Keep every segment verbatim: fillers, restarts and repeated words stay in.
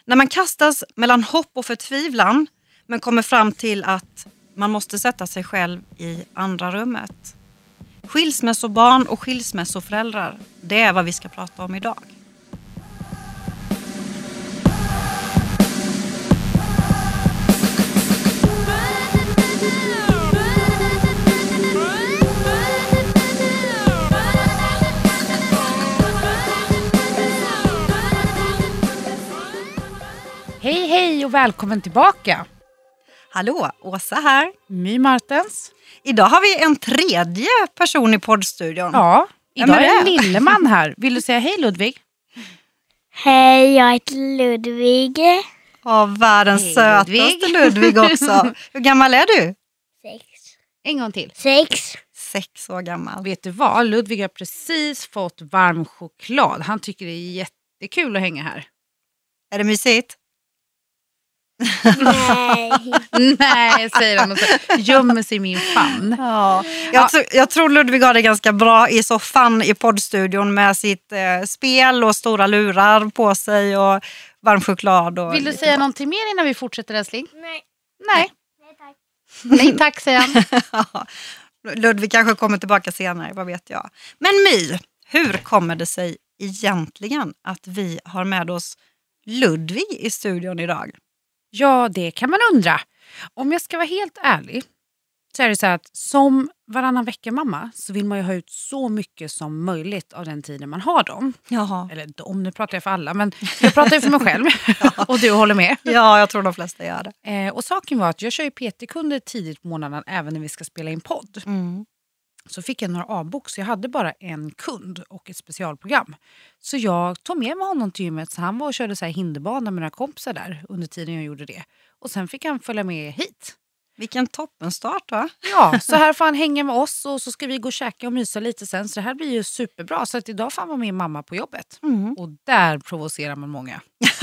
När man kastas mellan hopp och förtvivlan men kommer fram till att man måste sätta sig själv i andra rummet. Skilsmässobarn och skilsmässoföräldrar, det är vad vi ska prata om idag. Hej hej och välkommen tillbaka. Hallå, Åsa här. My Martens. Idag har vi en tredje person i poddstudion. Ja, idag är är en Lilleman här. Vill du säga hej Ludvig? Hej, jag heter Ludvig. Ja, världens Hej, sötaste Ludvig. Ludvig också. Hur gammal är du? Sex. En gång till. Sex. Sex år gammal. Vet du vad? Ludvig har precis fått varm choklad. Han tycker det är jättekul att hänga här. Är det mysigt? Nej. Nej, säger han och så gömmer sig i min famn. Ja. Jag, Ja. tro, jag tror Ludvig har det ganska bra i soffan i poddstudion med sitt eh, spel och stora lurar på sig och varm choklad. Och Vill du lite säga bra. någonting mer innan vi fortsätter, älskling? Nej. Nej. Nej, tack. Nej tack, säger han. Ja. Ludvig kanske kommer tillbaka senare, vad vet jag. Men My, hur kommer det sig egentligen att vi har med oss Ludvig i studion idag? Ja, det kan man undra. Om jag ska vara helt ärlig så är det så här att som varannan vecka mamma så vill man ju ha ut så mycket som möjligt av den tiden man har dem. Jaha. Eller de, nu pratar jag för alla, men jag pratar ju för mig själv och du håller med. Ja, jag tror de flesta gör det. Eh, och saken var att jag kör ju P T-kunder tidigt på månaden även när vi ska spela in podd. Mm. Så fick jag några avbok så jag hade bara en kund och ett specialprogram. Så jag tog med mig honom till gymmet så han var och körde så här hinderbana med några kompisar där under tiden jag gjorde det. Och sen fick han följa med hit. Vilken toppenstart, va? Ja, så här får han hänga med oss och så ska vi gå och käka och mysa lite sen. Så det här blir ju superbra. Så att idag får han vara med mamma på jobbet. Mm. Och där provocerar man många.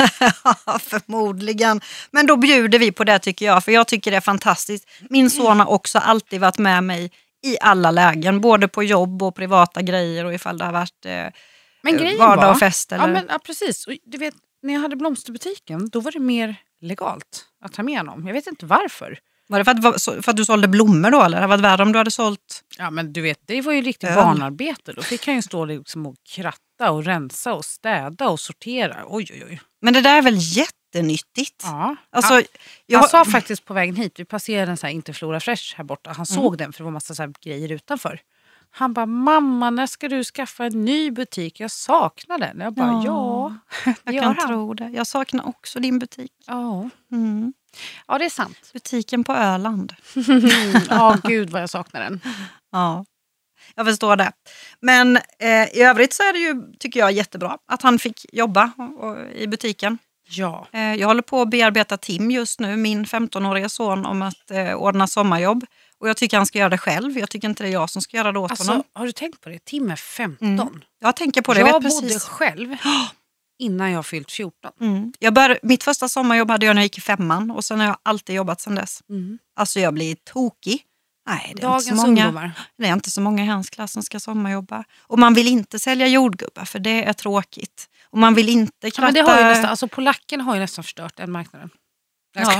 Förmodligen. Men då bjuder vi på det tycker jag. För jag tycker det är fantastiskt. Min son har också alltid varit med mig i alla lägen. Både på jobb och privata grejer. Och ifall det har varit eh, Men grejen vardag var, och fest. Eller... Ja, men, ja, precis. Och du vet, när jag hade blomsterbutiken då var det mer legalt att ta med honom. Jag vet inte varför. Var det för att, för att du sålde blommor då? Eller det hade varit värre om du hade sålt... Ja, men du vet, det var ju riktigt Öl. barnarbete. Då fick han ju stå liksom och kratta och rensa och städa och sortera. Oj, oj, oj. Men det där är väl jättenyttigt? Ja. Alltså, han, jag... han sa faktiskt på vägen hit, vi passerade en sån här Interflora Fresh här borta. Han såg den för det var massa så här grejer utanför. Han bara, mamma, när ska du skaffa en ny butik? Jag saknar den. Jag bara, ja, Ja, det Jag gör kan han. tro det. Jag saknar också din butik. Ja. Mm. Ja, det är sant. Butiken på Öland. Ja, gud vad jag saknar den. Ja, jag förstår det. Men eh, i övrigt så är det ju, tycker jag, jättebra att han fick jobba och, och, i butiken. Ja. Eh, jag håller på att bearbeta Tim just nu, min femtonåriga son, om att eh, ordna sommarjobb. Och jag tycker han ska göra det själv. Jag tycker inte det är jag som ska göra det åt Alltså, honom. har du tänkt på det? Tim är femton. Mm. Jag tänker på det. Jag, jag vet bodde precis. själv innan jag fyllt fjorton. Mm. Jag bör, mitt första sommarjobb hade jag när jag gick i femman. Och sen har jag alltid jobbat sedan dess. Mm. Alltså jag blir tokig. Nej, det är, Dagens inte så många, ungdomar. det är inte så många i hans klass som ska sommarjobba. Och man vill inte sälja jordgubbar för det är tråkigt. Och man vill inte kratta... Ja, men det har ju nästan, alltså polacken har ju nästan förstört den marknaden. Ja.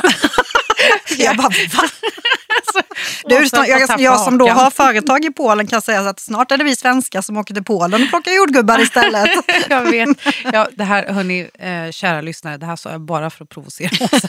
Jag bara, va? Du, Du, snart, jag, jag som då har företag i Polen kan säga att snart är det vi svenskar som åker till Polen och plockar jordgubbar istället. Jag vet. Ja, det här, hörni, eh, kära lyssnare, det här sa jag bara för att provocera oss.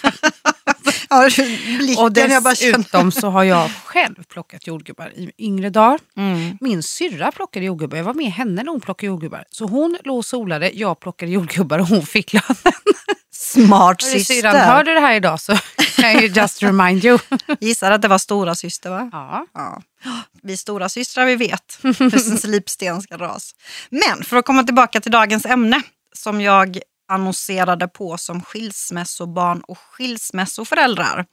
Ja, blicken, Och jag bara känner. dessutom så har jag själv plockat jordgubbar i yngre dagar. Mm. Min syrra plockade jordgubbar. Jag var med henne när hon plockade jordgubbar. Så hon låg och solade, jag plockade jordgubbar och hon fick lönen. Smart Hörru, syster. syrran, hör du det här idag så kan jag ju just remind you. Gissar att det var stora syster, va? Ja. Ja. Vi stora systrar, vi vet hur en slipsten ska dras. Men för att komma tillbaka till dagens ämne som jag annonserade på som skilsmässobarn och skilsmässoföräldrar.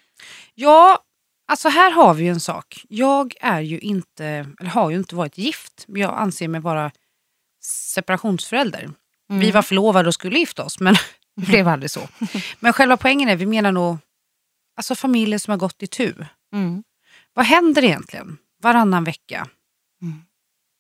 Ja, alltså här har vi ju en sak. Jag är ju inte, eller har ju inte varit gift. Jag anser mig vara separationsförälder. Mm. Vi var förlovade och skulle gifta oss, men det blev aldrig så. Men själva poängen är, vi menar nog alltså familjer som har gått i tur. Mm. Vad händer egentligen varannan vecka? Mm.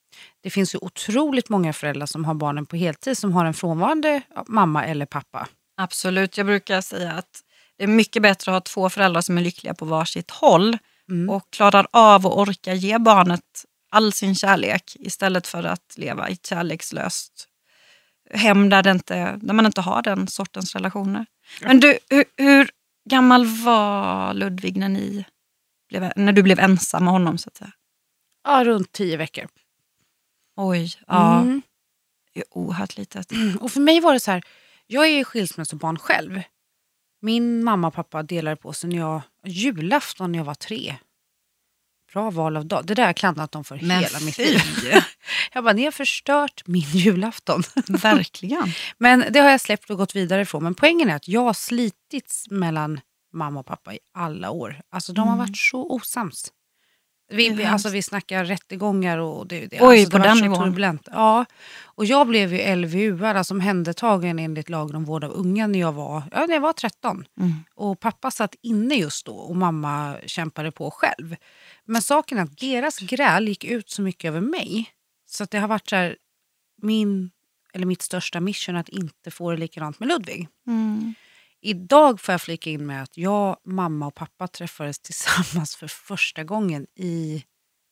Det finns ju otroligt många föräldrar som har barnen på heltid som har en frånvarande mamma eller pappa Absolut, jag brukar säga att det är mycket bättre att ha två föräldrar som är lyckliga på varsitt håll Mm. och klarar av och orkar ge barnet all sin kärlek istället för att leva i ett kärlekslöst hem där, det inte, där man inte har den sortens relationer. Ja. Men du, hur, hur gammal var Ludvig när, ni blev, när du blev ensam med honom så att säga? Ja, runt tio veckor. Oj, ja. Mm. Det är oerhört litet. Mm. Och för mig var det så här, jag är skilsmässobarn själv. Min mamma och pappa delade på sig när jag, julafton när jag var tre. Bra val av dag. Det där har jag klantat dem för Men hela mitt liv. Jag bara, ni har förstört min julafton. Verkligen. Men det har jag släppt och gått vidare ifrån. Men poängen är att jag har slitits mellan mamma och pappa i alla år. Alltså de har varit så osams. Vi, vi, alltså, vi snackar rättegångar och det, det, Oj, alltså, på det den var så nivån. turbulent. Ja, och jag blev ju L V U, alltså omhändertagen enligt lagen om vård av unga när jag var, ja, när jag var tretton. Mm. Och pappa satt inne just då och mamma kämpade på själv. Men saken är att deras gräl gick ut så mycket över mig. Så att det har varit så här, min, eller mitt största mission att inte få det likadant med Ludvig. Mm. Idag får jag flika in med att jag, mamma och pappa träffades tillsammans för första gången i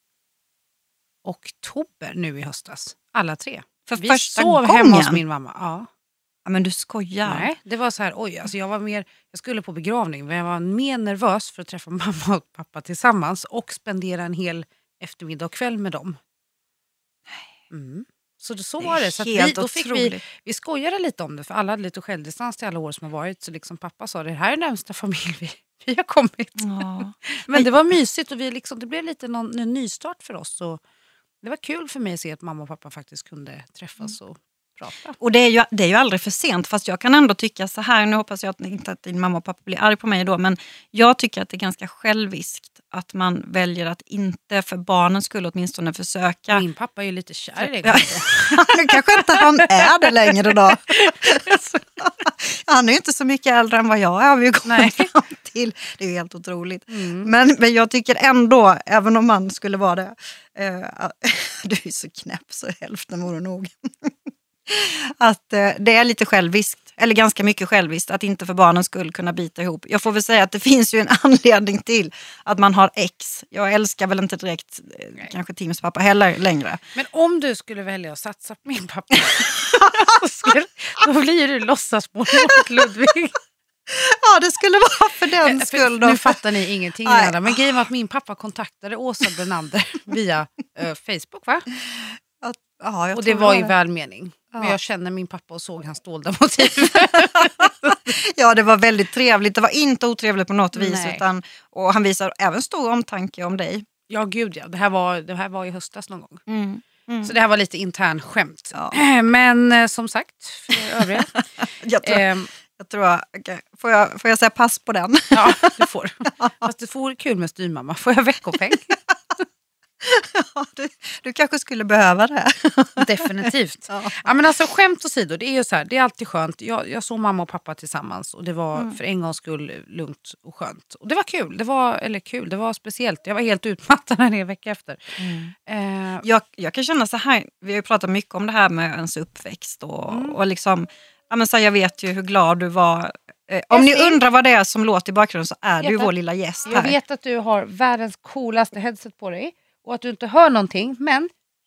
oktober nu i höstas. Alla tre. För Vi första sov gången? hemma hos min mamma. Ja. Ja, men du skojar. Nej, det var så här, oj, alltså jag var mer, jag skulle på begravning, men jag var mer nervös för att träffa mamma och pappa tillsammans och spendera en hel eftermiddag och kväll med dem. Mm. Så det, så Det var är det. Så att helt vi, då fick vi, otroligt. vi skojade lite om det, för alla hade lite självdistans till alla år som har varit. Så liksom pappa sa, det här är närmsta familj vi, vi har kommit. Ja. Men det var mysigt och vi liksom, det blev lite någon, en nystart för oss. Och det var kul för mig att se att mamma och pappa faktiskt kunde träffas och prata. Och det är, ju, det är ju aldrig för sent, fast jag kan ändå tycka så här, nu hoppas jag att, inte att din mamma och pappa blir arg på mig då, men jag tycker att det är ganska själviskt att man väljer att inte för barnens skull åtminstone försöka. Min pappa är ju lite kär i det. Ja. Nu kanske inte han är det längre då. Han är ju inte så mycket äldre än vad jag är, har vi ju kommit Nej. fram till. Det är ju helt otroligt. Mm. Men, men jag tycker ändå, även om man skulle vara det, eh, du är så knäpp så hälften vore nog. Att eh, det är lite själviskt, eller ganska mycket själviskt, att inte för barnens skull kunna bita ihop. Jag får väl säga att det finns ju en anledning till att man har ex. Jag älskar väl inte direkt eh, kanske Tims pappa heller längre. Men om du skulle välja att satsa på min pappa så skulle, då blir du låtsasmål mot Ludvig. Ja, det skulle vara för den För- skull då. Nu fattar ni ingenting. Nej. Andra. Men grejen var att min pappa kontaktade Åsa Bernander via eh, Facebook, va? Att, ja, jag Och det tror var ju det. välmening. Men Ja. jag känner min pappa och såg hans dolda motiv. Ja, det var väldigt trevligt. Det var inte otrevligt på något vis. Nej. Utan, och han visar även stor omtanke om dig. Ja, gud ja. Det här var, det här var i höstas någon gång. Mm. Mm. Så det här var lite intern skämt. Ja. Men eh, som sagt, för er övriga. Jag tror, ehm, jag tror okay. får, jag, får jag säga pass på den? ja, du får. Fast du får kul med styrmamma. Får jag veckopeng? Ja, du, du kanske skulle behöva det. Definitivt. Ja. Ja, men alltså skämt åsido, det är ju så här, det är alltid skönt. Jag, jag såg mamma och pappa tillsammans och det var Mm. för en gångs skull lugnt och skönt. Och det var kul, det var, eller kul, det var speciellt. Jag var helt utmattad en vecka efter. Eh, Jag, jag kan känna så här, vi har ju pratat mycket om det här med ens uppväxt och, Mm. och liksom, ja, men så här, jag vet ju hur glad du var. Eh, om ni Älskling. undrar vad det är som låter i bakgrunden så är det ju Hjärtat. vår lilla gäst jag här. vet att du har världens coolaste headset på dig och att du inte hör någonting, men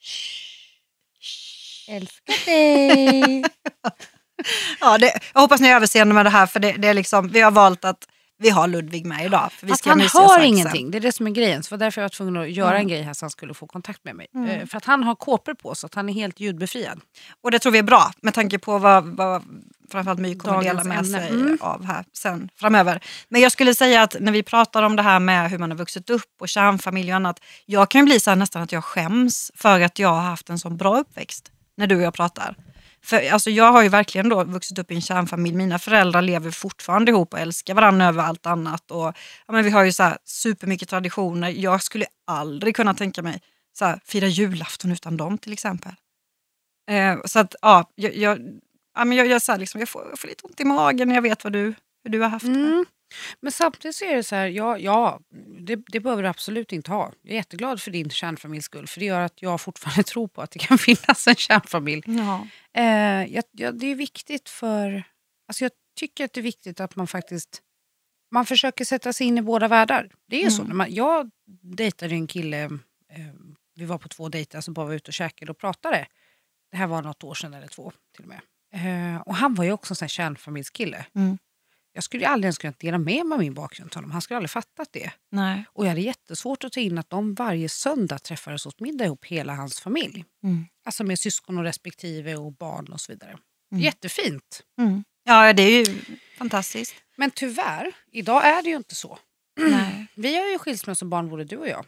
shh, älskar dig. Ja, det, jag hoppas ni är överseende med det här för det, det är liksom, vi har valt att vi har Ludvig med idag. För vi Att ska han mysiga hör saker ingenting, det är det som är grejen. Så var därför jag var tvungen att göra Mm. en grej här så han skulle få kontakt med mig. Mm. Eh, för att han har kåpor på så att han är helt ljudbefriad. Och det tror vi är bra med tanke på vad, vad framförallt My kommer Dagens dela med ämne. sig Mm. av här sen framöver. Men jag skulle säga att när vi pratar om det här med hur man har vuxit upp och kärnfamilj och annat. Jag kan ju bli så här nästan att jag skäms för att jag har haft en sån bra uppväxt när du och jag pratar. För alltså, jag har ju verkligen då vuxit upp i en kärnfamilj. Mina föräldrar lever fortfarande ihop och älskar varandra över allt annat. Och, ja, men vi har ju så här supermycket traditioner. Jag skulle aldrig kunna tänka mig så här, fira julafton utan dem till exempel. Eh, så att ja, jag, jag, ja, men jag, jag, så här, liksom, jag, får, jag får lite ont i magen när jag vet vad du, hur du har haft det. Mm. Men samtidigt så är det så här, ja, ja det, det behöver du absolut inte ha. Jag är jätteglad för din kärnfamiljs skull. För det gör att jag fortfarande tror på att det kan finnas en kärnfamilj. Ja. Eh, jag, jag, det är viktigt för... Alltså jag, tycker att det är viktigt att man faktiskt man försöker sätta sig in i båda världar. Det är ju Mm. så. När man, jag dejtade en kille, eh, vi var på två dejter, så bara var ute och käkade och pratade. Det här var något år sedan eller två till och med. Eh, och han var ju också en sån här kärnfamiljskille. Mm. Jag skulle ju aldrig ens kunna dela med mig min bakgrund till honom. Han skulle aldrig fattat det. Nej. Och jag hade jättesvårt att ta in att de varje söndag träffades åt middag ihop, hela hans familj. Mm. Alltså med syskon och respektive och barn och så vidare. Mm. Jättefint. Mm. Ja, det är ju fantastiskt. Men tyvärr, idag är det ju inte så. Nej. Vi har ju skilsmässobarn både du och jag.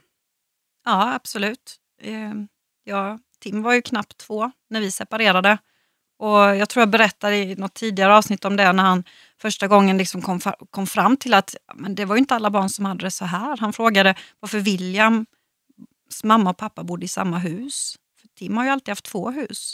Ja, absolut. Eh, ja, Tim var ju knappt två när vi separerade. Och jag tror jag berättade i något tidigare avsnitt om det när han första gången liksom kom, kom fram till att men det var ju inte alla barn som hade det så här. Han frågade varför Williams mamma och pappa bodde i samma hus. För Tim har ju alltid haft två hus.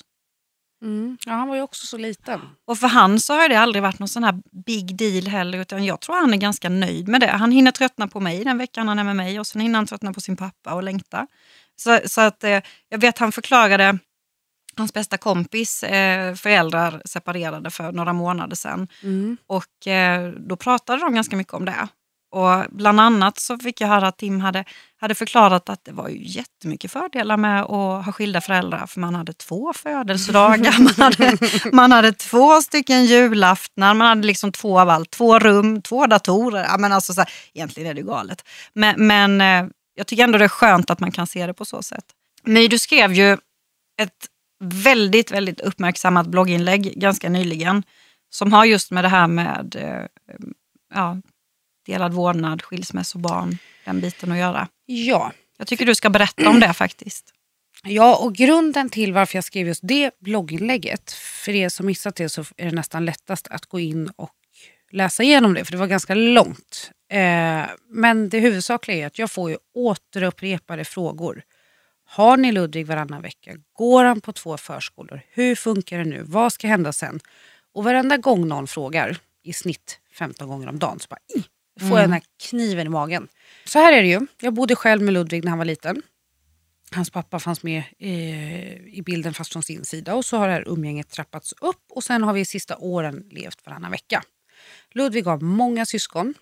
Mm. Ja, han var ju också så liten. Och för han så har det aldrig varit någon sån här big deal heller, utan jag tror han är ganska nöjd med det. Han hinner tröttna på mig den veckan han är med mig och sen hinner han tröttna på sin pappa och längta. Så, så att eh, jag vet han förklarade hans bästa kompis eh, föräldrar separerade för några månader sedan. Mm. Och eh, då pratade de ganska mycket om det. Och bland annat så fick jag höra att Tim hade, hade förklarat att det var ju jättemycket fördelar med att ha skilda föräldrar. För man hade två födelsedagar, man hade, man hade två stycken julaftnar, man hade liksom två av allt. Två rum, två datorer. Ja, men alltså så här, egentligen är det galet. Men, men eh, jag tycker ändå det är skönt att man kan se det på så sätt. Men du skrev ju ett väldigt, väldigt uppmärksammat blogginlägg ganska nyligen. Som har just med det här med eh, ja, delad vårdnad, skilsmässobarn, den biten att göra. Ja. Jag tycker du ska berätta om det faktiskt. Ja, och grunden till varför jag skrev just det blogginlägget, för er som missat det så är det nästan lättast att gå in och läsa igenom det, för det var ganska långt. Eh, men det huvudsakliga är att jag får ju återupprepade frågor. Har ni Ludvig varannan vecka? Går han på två förskolor? Hur funkar det nu? Vad ska hända sen? Och varenda gång någon frågar, i snitt femton gånger om dagen, så bara, i, får jag den här kniven i magen. Så här är det ju. Jag bodde själv med Ludvig när han var liten. Hans pappa fanns med eh, i bilden fast från sin sida. Och så har det här umgänget trappats upp. Och sen har vi i sista åren levt varannan vecka. Ludvig har många syskon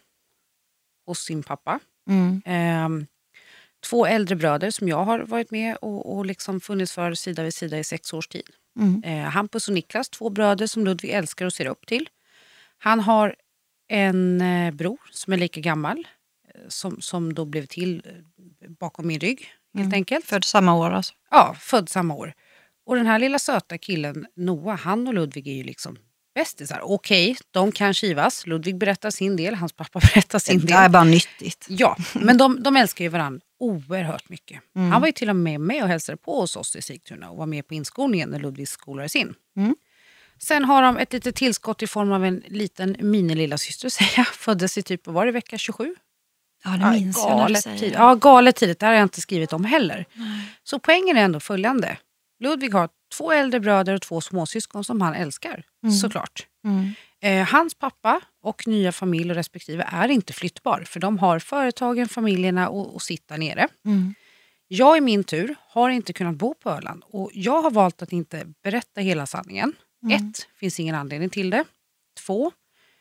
hos sin pappa. Mm. Eh, två äldre bröder som jag har varit med och, och liksom funnits för sida vid sida i sex års tid. Mm. Eh, Hampus och Niklas, två bröder som Ludvig älskar och ser upp till. Han har en eh, bror som är lika gammal. Eh, som, som då blev till eh, bakom min rygg, helt Mm. enkelt. Född samma år alltså. Ja, född samma år. Och den här lilla söta killen, Noah, han och Ludvig är ju liksom bästisar. Okej, de kan kivas. Ludvig berättar sin del, hans pappa berättar sin Det del. är bara nyttigt. Ja, men de, de älskar ju varandra oerhört mycket. Mm. Han var ju till och med med och hälsade på hos oss i Sigtuna och var med på inskolningen när Ludvig skolades in. Mm. Sen har de ett litet tillskott i form av en liten minililla syster, säger jag. Föddes i typ, var det vecka tjugosju? Ja, det minns jag när du galet säger. tid. Ja, galet tidigt. Det här har jag inte skrivit om heller. Nej. Så poängen är ändå följande. Ludvig har två äldre bröder och två småsyskon som han älskar, Mm. såklart. Mm. Eh, hans pappa och nya familj och respektive är inte flyttbar. För de har företagen, familjerna och, och sitter nere. Mm. Jag i min tur har inte kunnat bo på Öland. Och jag har valt att inte berätta hela sanningen. Mm. Ett, finns ingen anledning till det. Två,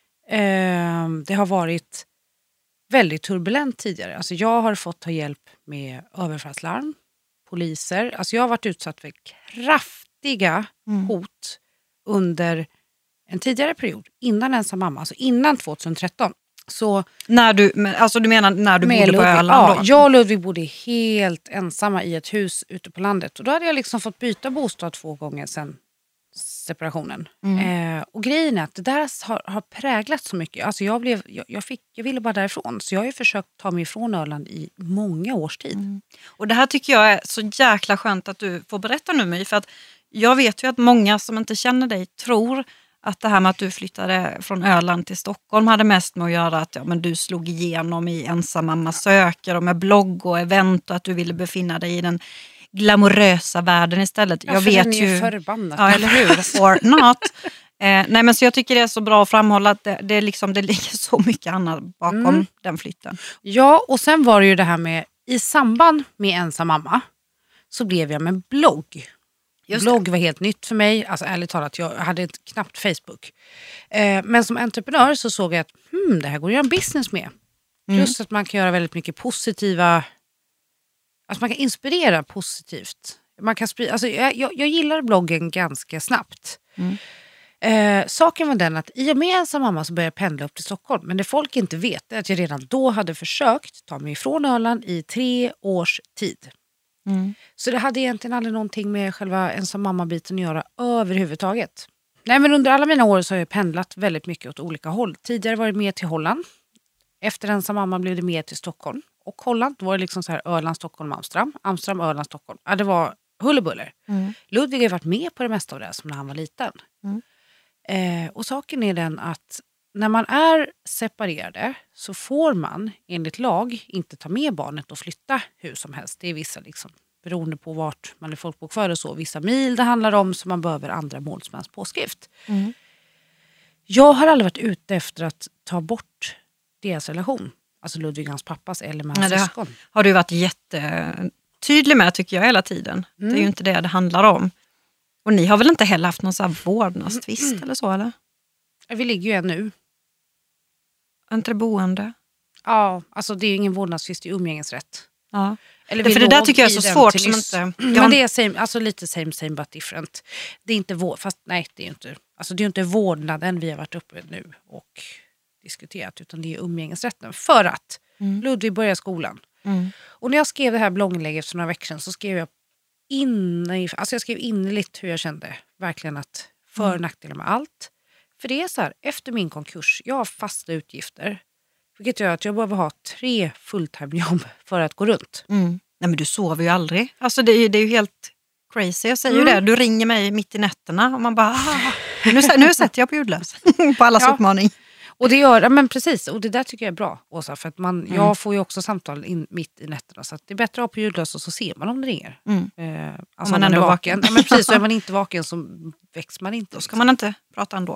eh, det har varit väldigt turbulent tidigare. Alltså jag har fått ta hjälp med överfallslarm, poliser. Alltså jag har varit utsatt för kraftiga Mm. hot under en tidigare period. Innan ensam mamma, alltså innan tjugohundratretton. Så När du, men, alltså du menar när du med bodde på Ludvig, Öland ja, då? jag och Ludvig bodde helt ensamma i ett hus ute på landet. Och då hade jag liksom fått byta bostad två gånger sedan separationen. Mm. Eh, och grejen är att det där har, har präglat så mycket. Alltså jag, blev, jag, jag, fick, jag ville bara därifrån. Så jag har ju försökt ta mig ifrån Öland i många års tid. Mm. Och det här tycker jag är så jäkla skönt att du får berätta nu, My. För att jag vet ju att många som inte känner dig tror att det här med att du flyttade från Öland till Stockholm hade mest med att göra att ja, men du slog igenom i Ensam mamma söker och med blogg och event och att du ville befinna dig i den glamorösa världen istället. Ja, jag för vet den är ju ju förbannat. Ja, eller hur? Or not. Eh, nej, men så jag tycker det är så bra att framhålla att det, det, är liksom, det ligger så mycket annat bakom Mm. den flytten. Ja, och sen var det ju det här med, i samband med ensam mamma så blev jag med blogg. Just Blogg var helt nytt för mig. Alltså ärligt talat, jag hade ett knappt Facebook. Eh, men som entreprenör så såg jag att hmm, det här går att göra en business med. Plus mm. att man kan göra väldigt mycket positiva... Alltså man kan inspirera positivt. Man kan sprida, alltså jag, jag, jag gillar bloggen ganska snabbt. Mm. Eh, saken var den att i och med ensam mamma så började jag pendla upp till Stockholm. Men det folk inte vet är att jag redan då hade försökt ta mig ifrån Öland i tre års tid. Mm. Så det hade egentligen aldrig någonting med själva ensam mamma-biten att göra överhuvudtaget. Nej, men under alla mina år så har jag pendlat väldigt mycket åt olika håll. Tidigare var det mer till Holland. Efter ensam mamma blev det mer till Stockholm. Och Holland var det liksom så här Öland, Stockholm, Amsterdam. Amsterdam, Öland, Stockholm. Ja, det var huller. Mm. Ludvig har varit med på det mesta av det som när han var liten. Mm. Eh, och saken är den att när man är separerade så får man enligt lag inte ta med barnet och flytta hur som helst. Det är vissa liksom, beroende på vart man är folkbokförd och så. Vissa mil det handlar om så man behöver andra målsmäns påskrift. Mm. Jag har aldrig varit ute efter att ta bort deras relation. Alltså Ludvig och hans pappas eller med hans ja, syskon. Har du varit jättetydlig med tycker jag hela tiden. Mm. Det är ju inte det det handlar om. Och ni har väl inte heller haft någon sån här vårdnadstvist mm. eller så eller? Vi ligger ju än nu. Inte det boende? Ja, alltså det är ju ingen vårdnadstvist, det är umgängesrätt. Ja. Eller för det där tycker jag är så svårt som inte... Mm, men det är same, alltså lite same same but different. Det är inte vård, fast nej det är ju inte. Alltså det är ju inte vårdnaden vi har varit uppe nu och diskuterat utan det är umgängesrätten. För att mm. Ludvig börjar skolan. Mm. Och när jag skrev det här blogginlägget för några veckor sedan så skrev jag in, alltså jag skrev innerligt hur jag kände. Verkligen att för- och mm. nackdelar med allt. För det är så här, efter min konkurs, jag har fasta utgifter. Vilket gör att jag behöver ha tre fulltime-jobb för att gå runt. Mm. Nej men du sover ju aldrig. Alltså det är ju, det är ju helt crazy, jag säger mm. ju det. Du ringer mig mitt i nätterna och man bara, ah, nu, nu sätter jag på ljudlös på allas ja. uppmaning. Och det gör, ja men precis, och det där tycker jag är bra, Åsa, för att man, mm. jag får ju också samtal in, mitt i nätterna så att det är bättre att ha på ljudlös och så ser man om det ringer. Mm. Eh, alltså om man, man ändå är vaken. Ja men precis, så är man inte vaken så väcks man inte. Då ska man inte prata ändå.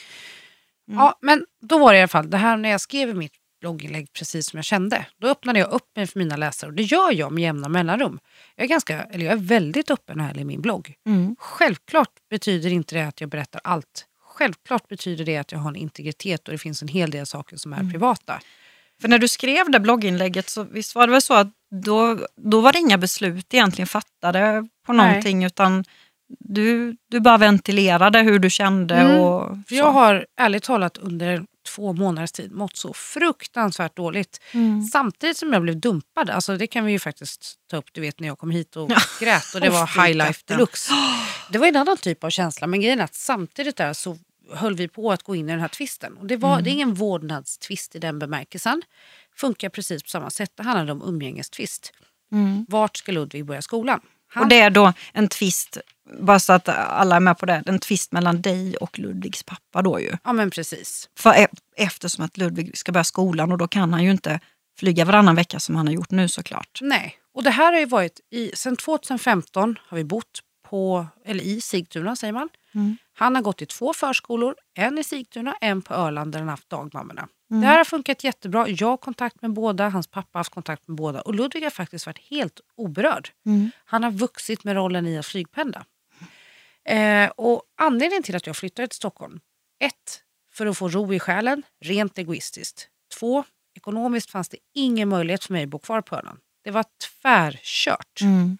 Mm. Ja, men då var det i alla fall, det här när jag skrev mitt blogginlägg precis som jag kände. Då öppnade jag upp mig för mina läsare och det gör jag med jämna mellanrum. Jag är ganska, eller jag är väldigt öppen här i min blogg. Mm. Självklart betyder inte det att jag berättar allt. Självklart betyder det att jag har en integritet och det finns en hel del saker som är mm. privata. För när du skrev det blogginlägget så visst var det väl så att då, då var det inga beslut egentligen fattade på någonting. Nej. Utan du, du bara ventilerade hur du kände. Mm. Och så. Jag har ärligt talat under två månaders tid mått så fruktansvärt dåligt. Mm. Samtidigt som jag blev dumpad. Alltså det kan vi ju faktiskt ta upp, du vet när jag kom hit och grät och det var high life deluxe. Det var en annan typ av känsla, men grejen är att samtidigt där så höll vi på att gå in i den här tvisten. Och det, var, mm. det är ingen vårdnadstvist i den bemärkelsen. Funkar precis på samma sätt. Det handlar om umgängestvist. Mm. Vart ska Ludvig börja skolan? Han... Och det är då en tvist, bara så att alla är med på det, en tvist mellan dig och Ludvigs pappa då ju. Ja men precis. För e- eftersom att Ludvig ska börja skolan och då kan han ju inte flyga varannan vecka som han har gjort nu såklart. Nej, och det här har ju varit, i, sen tjugohundrafemton har vi bott på, eller i Sigtuna säger man. Mm. Han har gått i två förskolor, en i Sigtuna, en på Öland där han haft dagmammorna. Mm. Det här har funkat jättebra. Jag har kontakt med båda, hans pappa har haft kontakt med båda. Och Ludvig har faktiskt varit helt oberörd. Mm. Han har vuxit med rollen i att flygpendla. Eh, och anledningen till att jag flyttade till Stockholm. Ett, för att få ro i själen, rent egoistiskt. Två, ekonomiskt fanns det ingen möjlighet för mig att bo kvar på Öland. Det var tvärkört. Mm.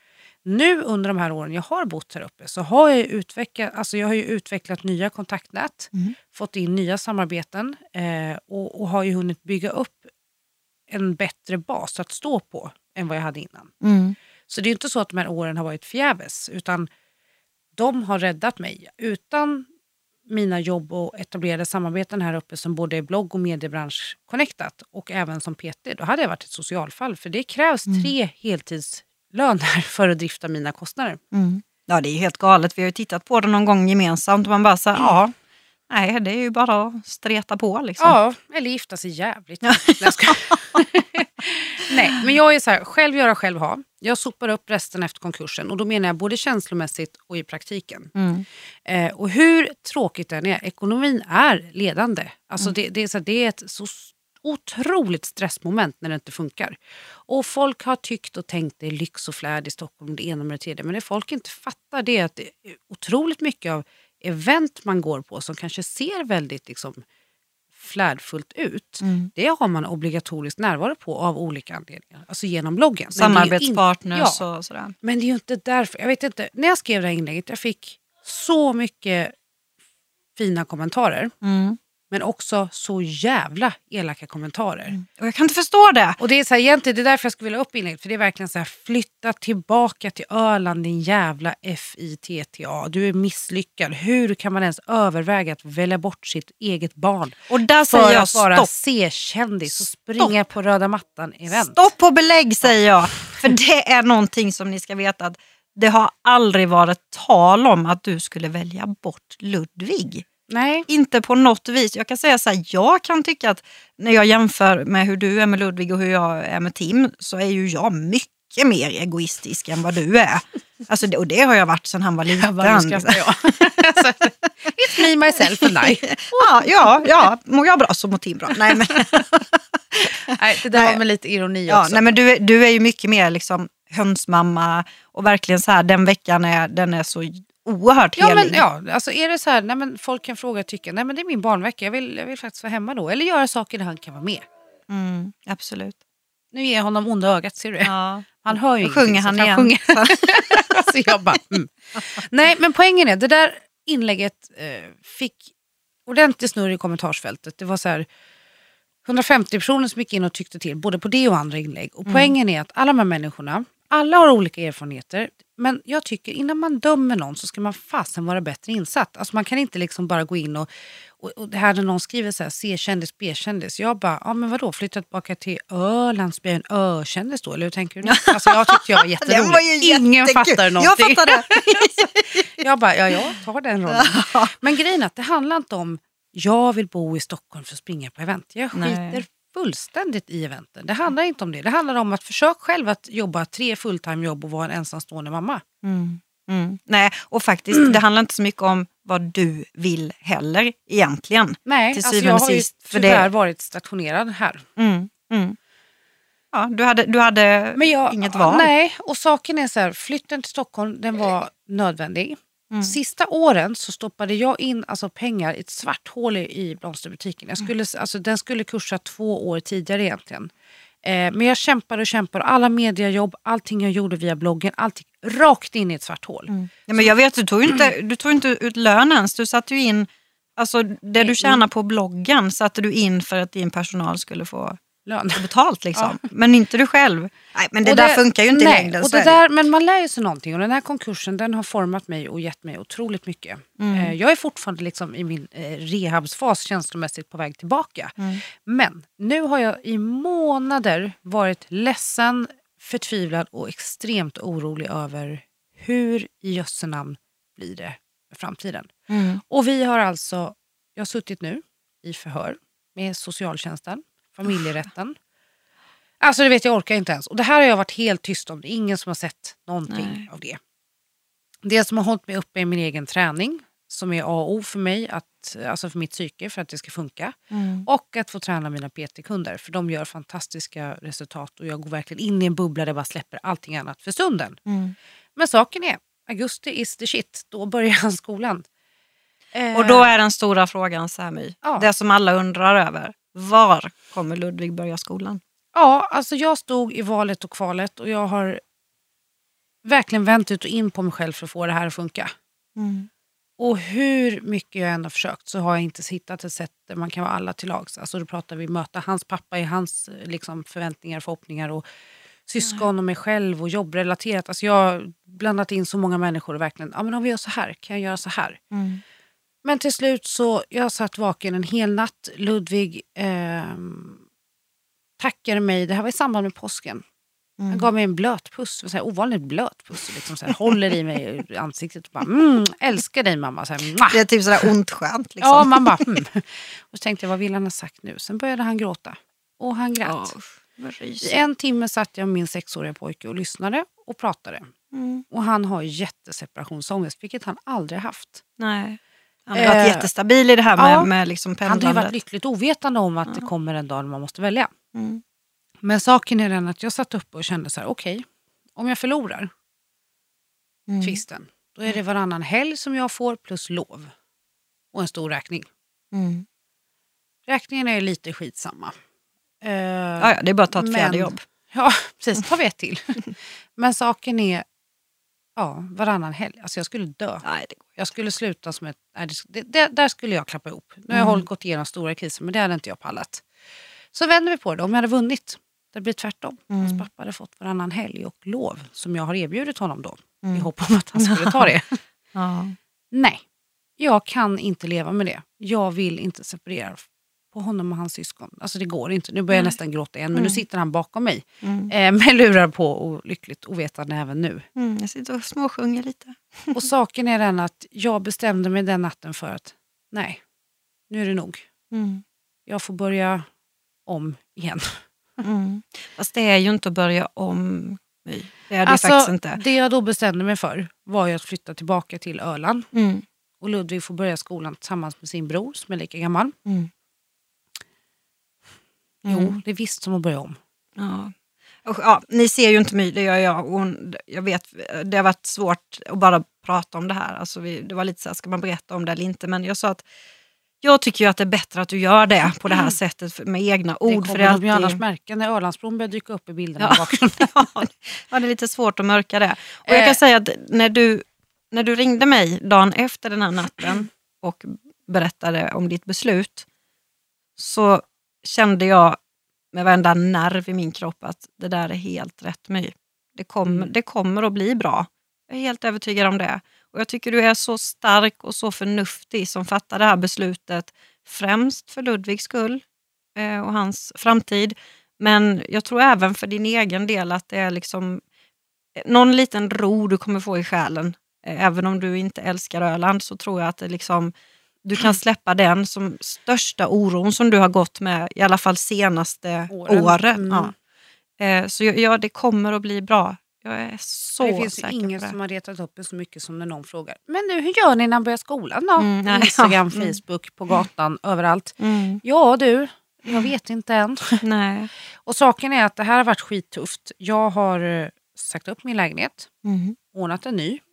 Nu under de här åren jag har bott här uppe så har jag utvecklat, alltså jag har ju utvecklat nya kontaktnät, mm. fått in nya samarbeten eh, och, och har ju hunnit bygga upp en bättre bas att stå på än vad jag hade innan. Mm. Så det är ju inte så att de här åren har varit förgäves utan de har räddat mig. Utan mina jobb och etablerade samarbeten här uppe som både är blogg- och mediebransch connectat och även som P T, då hade jag varit ett socialfall för det krävs mm. tre heltids löner för att drifta mina kostnader. Mm. Ja, det är ju helt galet. Vi har ju tittat på det någon gång gemensamt och man bara säger, mm. ja, nej, det är ju bara att streta på liksom. Ja, eller gifta sig jävligt. Nej, men jag är så här, själv göra, själv ha. Jag sopar upp resten efter konkursen och då menar jag både känslomässigt och i praktiken. Mm. Eh, och hur tråkigt den är, ekonomin är ledande. Alltså mm. det, det, är så här, det är ett så otroligt stressmoment när det inte funkar. Och folk har tyckt och tänkt det är lyx och flärd i Stockholm, det ena med det tredje. Men det folk inte fattar det är att det är otroligt mycket av event man går på som kanske ser väldigt liksom flärdfullt ut. Mm. Det har man obligatorisk närvaro på av olika anledningar. Alltså genom bloggen. Samarbetspartners in, ja, och sådär. Men det är ju inte därför. Jag vet inte, när jag skrev det här inlägget, jag fick så mycket fina kommentarer. Mm. Men också så jävla elaka kommentarer. Mm. Och jag kan inte förstå det. Och det är så här, egentligen, det är därför jag skulle vilja upp inlägget. För det är verkligen så här, flytta tillbaka till Öland, din jävla F I T T A. Du är misslyckad. Hur kan man ens överväga att välja bort sitt eget barn? Och där säger jag för att vara stopp. C-kändis och springa stopp. På röda mattan-event. Stopp på belägg, säger jag. För det är någonting som ni ska veta att det har aldrig varit tal om att du skulle välja bort Ludvig. Nej. Inte på något vis. Jag kan säga så här, jag kan tycka att när jag jämför med hur du är med Ludvig och hur jag är med Tim, så är ju jag mycket mer egoistisk än vad du är. Alltså det, och det har jag varit sedan han var liten. Vad skrattar jag? It's me, myself and I. ja, ja, ja. Mår jag bra så mår Tim bra. Nej, men nej, det där nej. Var med lite ironi ja, också. Nej, men du, du är ju mycket mer liksom hönsmamma och verkligen så här, den veckan är, den är så oerhört helig. Ja, men ja, alltså är det så här, nej men folk kan fråga och tycka, nej men det är min barnvecka, jag vill, jag vill faktiskt vara hemma då. Eller göra saker där han kan vara med. Mm, absolut. Nu ger jag honom onda ögat, ser du? Ja. Han hör ju ingenting. Sjunger han igen. Sjunger. Så jag bara, mm. Nej, men poängen är, det där inlägget eh, fick ordentligt snurr i kommentarsfältet. Det var så här hundrafemtio personer som gick in och tyckte till, både på det och andra inlägg. Och mm. poängen är att alla de här människorna, alla har olika erfarenheter. Men jag tycker innan man dömer någon så ska man fasen vara bättre insatt. Alltså man kan inte liksom bara gå in och, och, och det här när någon skriver så här C-kändis, B-kändis. Jag bara, ja men vadå, flytta tillbaka till Ölands, blir en Ö-kändis då? Eller hur tänker du? Alltså jag tyckte jag var jätterolig. Var ju Ingen fattar någonting. Jag fattar det. Jag bara, ja jag tar den rollen. Men grejen är att det handlar inte om jag vill bo i Stockholm för att springa på event. Jag skiter Nej. fullständigt i eventen. Det handlar inte om det. Det handlar om att försöka själv att jobba tre fulltime jobb och vara en ensamstående mamma. Mm. Mm. Nej, och faktiskt mm. det handlar inte så mycket om vad du vill heller egentligen. Nej, till alltså jag har ju för tyvärr det... varit stationerad här. Mm. Mm. Ja, du hade, du hade Men jag, inget val. Nej, och saken är så här, flytten till Stockholm, den var nödvändig. Mm. Sista åren så stoppade jag in alltså pengar i ett svart hål i blomsterbutiken. Jag skulle, mm. alltså, den skulle kursa två år tidigare egentligen. Eh, men jag kämpade och kämpade. Alla mediajobb, allting jag gjorde via bloggen, allting rakt in i ett svart hål. Mm. Ja, men jag vet, du tog inte, du tog inte ut lön ens. Du satte ju in, alltså det du tjänar på bloggen satte du in för att din personal skulle få lön betalt liksom. Ja. Men inte du själv. Nej, men det, det där funkar ju inte nej, längre. Och det där, men man lär ju sig någonting. Och den här konkursen, den har format mig och gett mig otroligt mycket. Mm. Eh, jag är fortfarande liksom i min eh, rehabsfas känslomässigt på väg tillbaka. Mm. Men nu har jag i månader varit ledsen, förtvivlad och extremt orolig över hur i Jösse namn blir det med framtiden. Mm. Och vi har alltså, jag har suttit nu i förhör med socialtjänsten, familjerätten. Alltså det vet jag, orkar inte ens. Och det här har jag varit helt tyst om. Det är ingen som har sett någonting Nej. Av det. Det som har hållit mig uppe är min egen träning. Som är A och O för mig. Att, alltså för mitt psyke, för att det ska funka. Mm. Och att få träna mina P T-kunder. För de gör fantastiska resultat. Och jag går verkligen in i en bubbla där jag bara släpper allting annat för stunden. Mm. Men saken är, augusti is the shit. Då börjar han skolan. Och då är den stora frågan, Sami. Ja. Det som alla undrar över. Var kommer Ludvig börja skolan? Ja, alltså jag stod i valet och kvalet och jag har verkligen vänt ut och in på mig själv för att få det här att funka. Mm. Och hur mycket jag än har försökt så har jag inte hittat ett sätt där man kan vara alla till lags. Alltså då pratar vi möta hans pappa i hans liksom, förväntningar, förhoppningar och syskon och mig själv och jobbrelaterat. Alltså jag har blandat in så många människor och verkligen, ja men om vi gör så här, kan jag göra så här? Mm. Men till slut så, jag satt vaken en hel natt. Ludvig eh, tackade mig, det här var i samband med påsken. Mm. Han gav mig en blöt puss, så här, ovanligt blöt puss. Liksom, så här, håller i mig i ansiktet och bara, mm, älskar dig mamma. Så här, det är typ sådär ont skönt. Liksom. Ja, man bara, mm. Och så tänkte jag, vad vill han ha sagt nu? Sen började han gråta. Och han grät. Oh, I en timme satt jag med min sexåriga pojke och lyssnade och pratade. Mm. Och han har jätteseparationsångest, vilket han aldrig haft. Nej. Han har varit Eh, jättestabil i det här med, ja. med liksom Han har ju pendlandet. varit lyckligt ovetande om att Ja. det kommer en dag när man måste välja. Mm. Men saken är den att jag satt upp och kände så här, okej, om jag förlorar Mm. tvisten, då är det varannan helg som jag får plus lov. Och en stor räkning. Mm. Räkningen är lite skitsamma. Eh, Ja, ja, det är bara att ta ett men- fjärde jobb. Ja, precis. Tar vi ett till. Men saken är, ja, varannan helg. Alltså jag skulle dö. Nej, det går. Jag skulle sluta som ett... Nej, det, det, där skulle jag klappa ihop. Nu har jag Mm. hållit gått igenom stora kriser, men det hade inte jag pallat. Så vänder vi på det. Om jag hade vunnit, det blir tvärtom. Mm. Hans pappa hade fått varannan helg och lov, som jag har erbjudit honom då. Mm. I hopp om att han skulle ta det. Ja. Nej, jag kan inte leva med det. Jag vill inte separera på honom och hans syskon. Alltså det går inte. Nu börjar jag Nej. nästan gråta igen, men Mm. nu sitter han bakom mig. Mm. Eh, med lurar på och lyckligt ovetande även nu. Mm. Jag sitter och småsjunger lite. Och saken är den att jag bestämde mig den natten för att nej, nu är det nog. Mm. Jag får börja om igen. Mm. Fast det är ju inte att börja om. Nej, det är det Alltså, faktiskt inte. det jag då bestämde mig för var ju att flytta tillbaka till Öland. Mm. Och Ludvig får börja skolan tillsammans med sin bror som är lika gammal. Mm. Jo, Mm. det är visst som att börja om. Ja. Och, ja, ni ser ju inte mig, det gör jag. Och hon, jag vet, det har varit svårt att bara prata om det här. Alltså vi, det var lite så här, ska man berätta om det eller inte? Men jag sa att jag tycker ju att det är bättre att du gör det på det här sättet med egna Det ord. kommer För det är de ju alltid... annars märka när Ölandsbron börjar dyka upp i bilderna Ja. i bakgrunden. Ja, det är lite svårt att mörka det. Och jag Eh. kan säga att när du, när du ringde mig dagen efter den här natten och berättade om ditt beslut, så kände jag med varenda nerv i min kropp att det där är helt rätt My. Det, kom, Mm. det kommer att bli bra. Jag är helt övertygad om det. Och jag tycker du är så stark och så förnuftig som fattar det här beslutet främst för Ludvigs skull eh, och hans framtid. Men jag tror även för din egen del att det är liksom någon liten ro du kommer få i själen. Eh, Även om du inte älskar Öland så tror jag att det liksom, du kan släppa den som största oron som du har gått med i alla fall senaste Åren. året. Mm. Ja. Eh, Så jag- ja, det kommer att bli bra. Jag är så det finns ju säker ingen på det. som har retat upp det så mycket som när någon frågar. Men nu, hur gör ni när han börjar skolan då? Mm, nej, Instagram, ja, mm. Facebook, på gatan, överallt. Mm. Ja du, jag vet inte än. Nej. Och saken är att det här har varit skittufft. Jag har eh, sagt upp min lägenhet, Mm. ordnat en ny.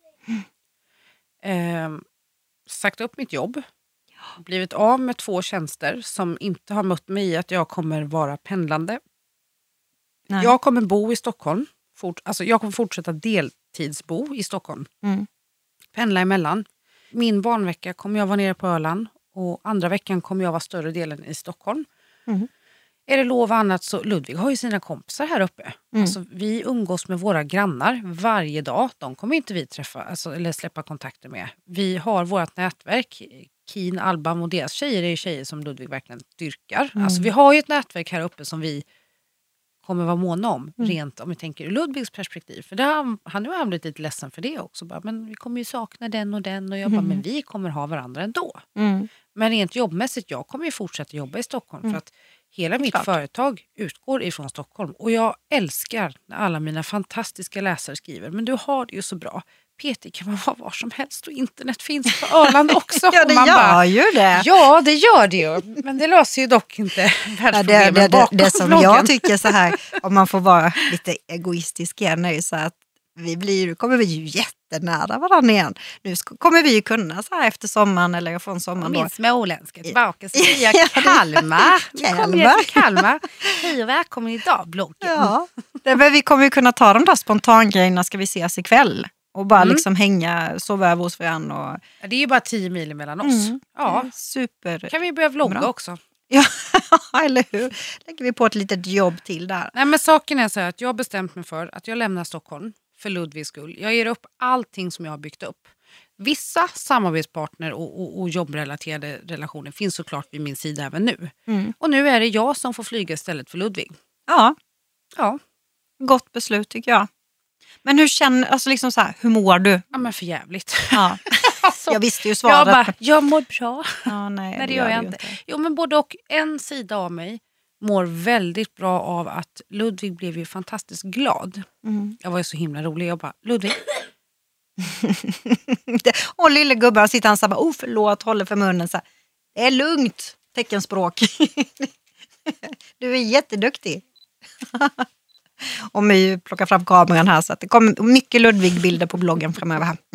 Eh, sagt upp mitt jobb. Blivit av med två tjänster som inte har mött mig i att jag kommer vara pendlande. Nej. Jag kommer bo i Stockholm. Fort, alltså jag kommer fortsätta deltidsbo i Stockholm. Mm. Pendla emellan. Min barnvecka kommer jag vara nere på Öland. Och andra veckan kommer jag vara större delen i Stockholm. Mm. Är det lov och annat så Ludvig har ju sina kompisar här uppe. Mm. Alltså, vi umgås med våra grannar varje dag. De kommer inte vi träffa alltså, eller släppa kontakter med. Vi har vårt nätverk. Keen, Alban och deras tjejer är ju tjejer som Ludvig verkligen dyrkar. Mm. Alltså, vi har ju ett nätverk här uppe som vi kommer vara måna om. Mm. Rent om vi tänker ur Ludvigs perspektiv. För det har, han har blivit lite ledsen för det också. Bara, men vi kommer ju sakna den och den. Och jag bara, Mm. men vi kommer ha varandra ändå. Mm. Men rent jobbmässigt, jag kommer ju fortsätta jobba i Stockholm. Mm. För att hela mitt Klart. företag utgår ifrån Stockholm. Och jag älskar när alla mina fantastiska läsare skriver. Men du har det ju så bra. P T kan man vara var som helst och internet finns på Öland också. Ja, Och det man gör bara, ju det. ja, det gör det ju. Men det löser ju dock inte Ja, det, världsproblemen det, det, bakom det som bloggen. jag tycker så här, om man får vara lite egoistisk igen, är ju så att vi blir, kommer vi ju jättenära varandra igen. Nu sk- kommer vi ju kunna så här efter sommaren eller från sommaren då. Min småländska tillbaka så Ja, jag Kalmar. Nu kommer jag till Kalmar. Kalmar. Hej och välkommen idag bloggen. Ja, det, men vi kommer ju kunna ta de där spontangrejerna, ska vi ses ikväll. Och bara Mm. liksom hänga, sova över hos varandra. Och, Ja, det är ju bara tio mil mellan oss. Mm. Ja, super. kan vi börja vlogga Bra. också. Ja, eller hur? Lägger vi på ett litet jobb till där. Nej, men saken är så här att jag har bestämt mig för att jag lämnar Stockholm för Ludvigs skull. Jag ger upp allting som jag har byggt upp. Vissa samarbetspartner och, och, och jobbrelaterade relationer finns såklart vid min sida även nu. Mm. Och nu är det jag som får flyga istället för Ludvig. Ja, Ja, gott beslut tycker jag. Men hur känner, alltså liksom så här, hur mår du? ja men för jävligt. Ja. Alltså, Jag visste ju jag svaret. bara, jag mår bra. Ja, nej, Nej, det gör jag ju inte. Jo, men både och. En sida av mig mår väldigt bra av att Ludvig blev ju fantastiskt glad. Mm. Jag var ju så himla rolig. Jag bara, Ludvig, Och lille gubben sitter han så här, oh förlåt, håller för munnen så här. Det är lugnt, teckenspråk. Du är jätteduktig. Och My plockar fram kameran här så att det kommer mycket Ludvig-bilder på bloggen framöver här.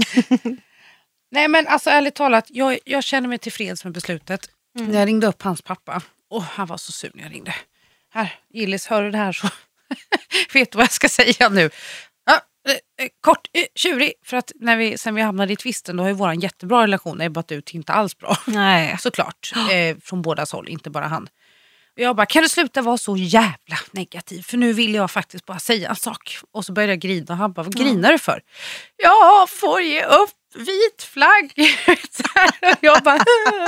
Nej men alltså ärligt talat, jag, jag känner mig tillfreds med beslutet. Mm. Jag ringde upp hans pappa och han var så sur när jag ringde. Här, Gillis, hör du det här så vet du vad jag ska säga nu. Ja, eh, kort, eh, tjurig, för att när vi, sen vi hamnade i tvisten då har ju våran jättebra relation ebbat ut inte alls bra. Nej. Såklart, eh, från bådas håll, inte bara han. Och jag bara, kan du sluta vara så jävla negativ? För nu vill jag faktiskt bara säga en sak. Och så började jag grina och han bara, vad grinar du för? Jag får ge upp, vit flagg. Och jag bara,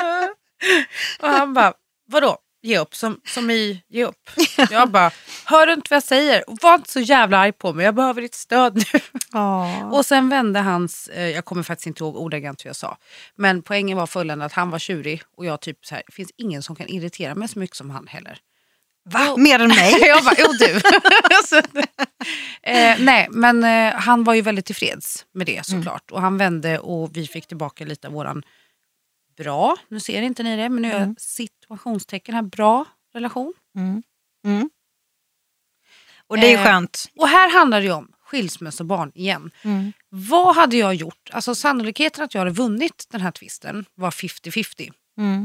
och han bara, vadå? Ge upp, som, som i ge upp. Jag bara, hör du inte vad jag säger? Och var inte så jävla arg på mig, jag behöver ditt stöd nu. Oh. Och sen vände hans, eh, jag kommer faktiskt inte ihåg ordagrant hur jag sa. Men poängen var följande att han var tjurig. Och jag typ så här, det finns ingen som kan irritera mig så mycket som han heller. Va? Och, mer än mig? Jag bara, jo du. så, eh, nej, men eh, han var ju väldigt tillfreds med det såklart. Mm. Och han vände och vi fick tillbaka lite av våran bra, nu ser inte ni det, men nu är mm. situationstecken här, bra relation. Mm. Mm. Och det är eh, skönt. Och här handlar det ju om skilsmässobarn igen. Mm. Vad hade jag gjort? Alltså sannolikheten att jag hade vunnit den här tvisten var femtio femtio. Mm.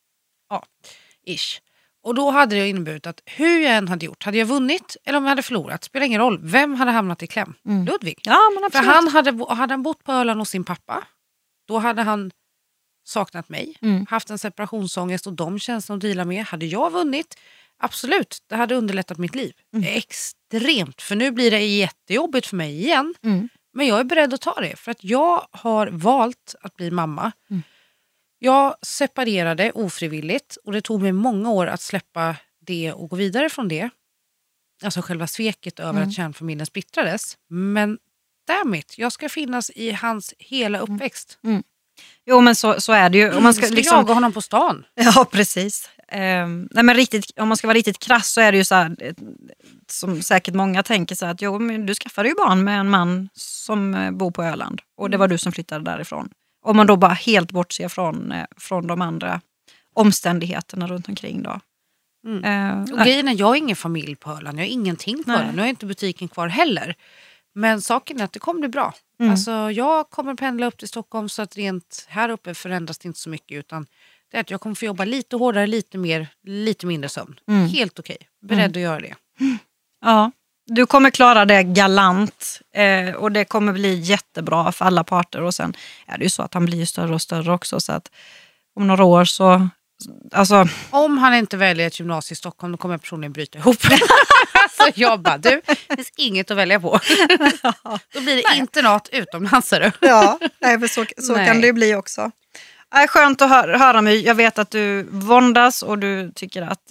Ja, ish. Och då hade det inneburit att hur jag än hade gjort, hade jag vunnit eller om jag hade förlorat, spelar ingen roll. Vem hade hamnat i kläm? Mm. Ludvig. Ja, men absolut. För han hade, hade han bott på Öland hos sin pappa, då hade han saknat mig, mm. haft en separationsångest och de känslorna att dela med. Hade jag vunnit, absolut, det hade underlättat mitt liv. Mm. Extremt, för nu blir det jättejobbigt för mig igen. Mm. Men jag är beredd att ta det, för att jag har valt att bli mamma. Mm. Jag separerade ofrivilligt och det tog mig många år att släppa det och gå vidare från det. Alltså själva sveket över mm. att kärnfamiljen splittrades. Men dammit, jag ska finnas i hans hela uppväxt. Mm. Jo, men så, så är det ju. Om man ska, ska liksom jaga honom på stan. Ja, precis. Um, nej, men riktigt, om man ska vara riktigt krass så är det ju så här, som säkert många tänker så här, att jo, men du skaffade ju barn med en man som bor på Öland. Och det var du som flyttade därifrån. Om man då bara helt bortser från, från de andra omständigheterna runt omkring då. Mm. Uh, och grejen är, jag har ingen familj på Öland. Jag har ingenting på Öland. Nu har inte butiken kvar heller. Men saken är att det kommer bli bra. Mm. Alltså jag kommer pendla upp till Stockholm så att rent här uppe förändras det inte så mycket, utan det är att jag kommer få jobba lite hårdare, lite mer, lite mindre sömn. Mm. Helt okej. Beredd mm. att göra det. Ja, du kommer klara det galant eh, och det kommer bli jättebra för alla parter, och sen är det ju så att han blir större och större också, så att om några år så alltså... Om han inte väljer ett gymnasium i Stockholm, då kommer jag personligen bryta ihop. Så jag bara, du, det finns inget att välja på. Ja. Då blir det nej. Internat utomlands. Ja, nej, så, så kan det ju bli också. Äh, skönt att höra, höra mig. Jag vet att du våndas och du tycker att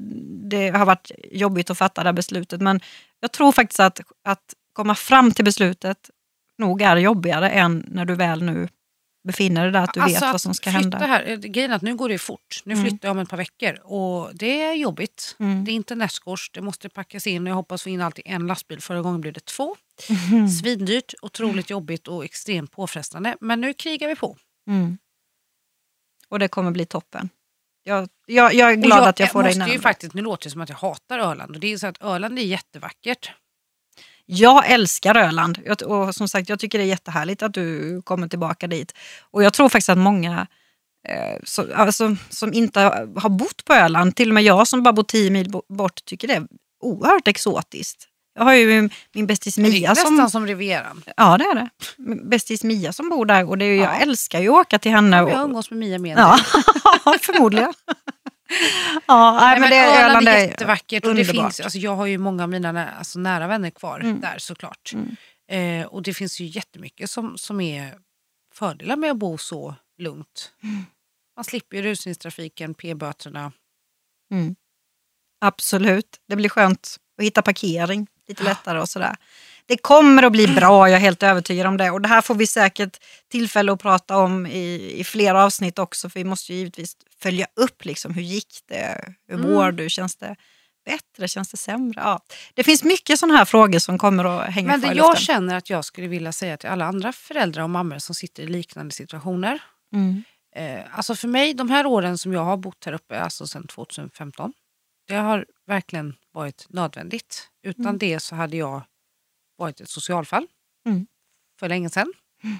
det har varit jobbigt att fatta det här beslutet. Men jag tror faktiskt att, att komma fram till beslutet nog är jobbigare än när du väl nu befinner dig där, att du alltså vet vad som ska hända. Här, grejen är att nu går det fort. Nu flyttar mm. jag om ett par veckor och det är jobbigt. Mm. Det är inte nästgårds, det måste packas in. Jag hoppas få in allt i en lastbil. Förra gången blev det två. Mm. Svindyrt, otroligt jobbigt och extremt påfrestande. Men nu krigar vi på. Mm. Och det kommer bli toppen. Jag, jag, jag är glad jag, att jag får dig närmare. Ju faktiskt, nu låter det som att jag hatar Öland. Och det är så att Öland är jättevackert. Jag älskar Öland och som sagt, jag tycker det är jättehärligt att du kommer tillbaka dit. Och jag tror faktiskt att många eh, så, alltså, som inte har bott på Öland, till och med jag som bara bor tio mil bort, tycker det är oerhört exotiskt. Jag har ju min bästis Mia som... nästan som Rivieran. Ja, det är det. Bästis Mia som bor där och det är, ja. Jag älskar ju att åka till henne. Och... jag umgås med Mia med. Ja, förmodligen. Ja, nej, men det är Öland är jättevackert och det finns, alltså jag har ju många av mina nä, alltså nära vänner kvar mm. där såklart. Mm. Eh, och det finns ju jättemycket som, som är fördelar med att bo så lugnt. Mm. Man slipper ju rusningstrafiken, p-böterna. Mm. Absolut, det blir skönt att hitta parkering lite lättare och sådär. Det kommer att bli bra, jag är helt övertygad om det. Och det här får vi säkert tillfälle att prata om i, i flera avsnitt också. För vi måste ju givetvis följa upp liksom, hur gick det? Hur mår mm. du? Känns det bättre? Känns det sämre? Ja. Det finns mycket sådana här frågor som kommer att hänga Men kvar det i jag luften. känner att jag skulle vilja säga till alla andra föräldrar och mammor som sitter i liknande situationer. Mm. Eh, alltså för mig, de här åren som jag har bott här uppe, alltså sedan tjugohundrafemton, det har verkligen varit nödvändigt. Utan Mm. det så hade jag varit ett socialfall Mm. för länge sedan.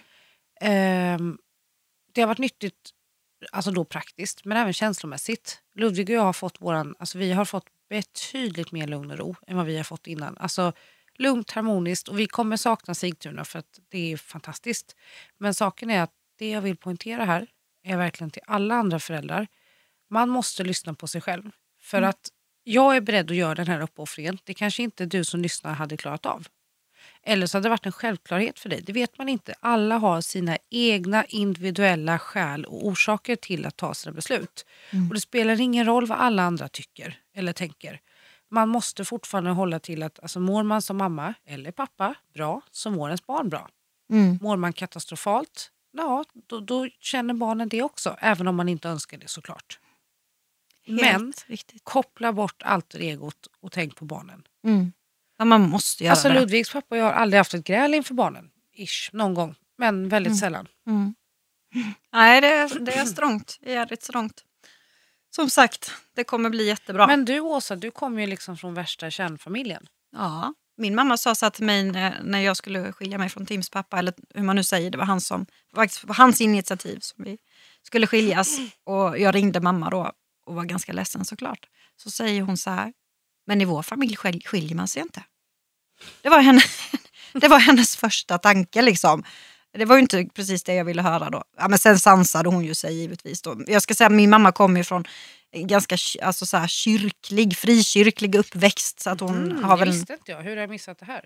Eh, det har varit nyttigt, alltså då praktiskt, men även känslomässigt. Ludvig och jag har fått våran, alltså vi har fått betydligt mer lugn och ro än vad vi har fått innan. Alltså lugnt, harmoniskt, och vi kommer sakna Sigtuna för att det är fantastiskt. Men saken är att det jag vill poängtera här är verkligen till alla andra föräldrar. Man måste lyssna på sig själv. För Mm. att jag är beredd att göra den här uppoffringen. Det kanske inte du som lyssnar hade klarat av. Eller så hade det varit en självklarhet för dig. Det vet man inte. Alla har sina egna individuella skäl och orsaker till att ta sina beslut. Mm. Och det spelar ingen roll vad alla andra tycker eller tänker. Man måste fortfarande hålla till att alltså, mår man som mamma eller pappa bra, så mår ens barn bra. Mm. Mår man katastrofalt, ja, då, då känner barnen det också. Även om man inte önskar det såklart. Helt Men riktigt. koppla bort alter egot och tänk på barnen. Mm. Ja, man måste göra Alltså det. Ludvigs pappa och jag har aldrig haft ett gräl inför barnen. Ish, någon gång. Men väldigt Mm. sällan. Mm. Nej, det är, det är strångt. Det är jävligt strångt. Som sagt, det kommer bli jättebra. Men du Åsa, du kommer ju liksom från värsta kärnfamiljen. Ja, min mamma sa så här till mig när, när jag skulle skilja mig från Tims pappa, eller hur man nu säger, det var han som, faktiskt var hans initiativ som vi skulle skiljas. Och jag ringde mamma då och var ganska ledsen såklart. Så säger hon så här, men i vår familj skil, skiljer man sig inte. Det var, henne, det var hennes första tanke liksom. Det var ju inte precis det jag ville höra då. Ja, men sen sansade hon ju sig givetvis då. Jag ska säga att min mamma kommer ju från en ganska alltså så här, kyrklig, frikyrklig uppväxt. Så att hon Mm, har det väl... visste inte jag. Hur har jag missat det här?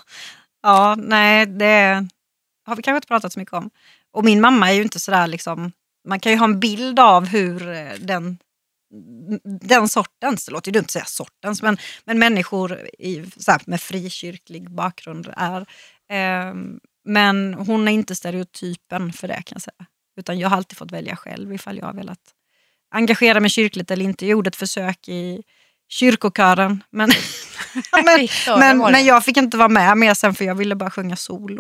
Ja, nej, det har vi kanske inte pratat så mycket om. Och min mamma är ju inte sådär liksom... Man kan ju ha en bild av hur den... Den sortens, det låter ju dumt att säga sortens, men, men människor i, så här, med frikyrklig bakgrund är. Eh, men hon är inte stereotypen för det kan jag säga. Utan jag har alltid fått välja själv ifall jag har velat engagera mig kyrkligt eller inte. Jag gjorde ett försök i kyrkokören. Men, men, men, men jag fick inte vara med mer sen för jag ville bara sjunga solo.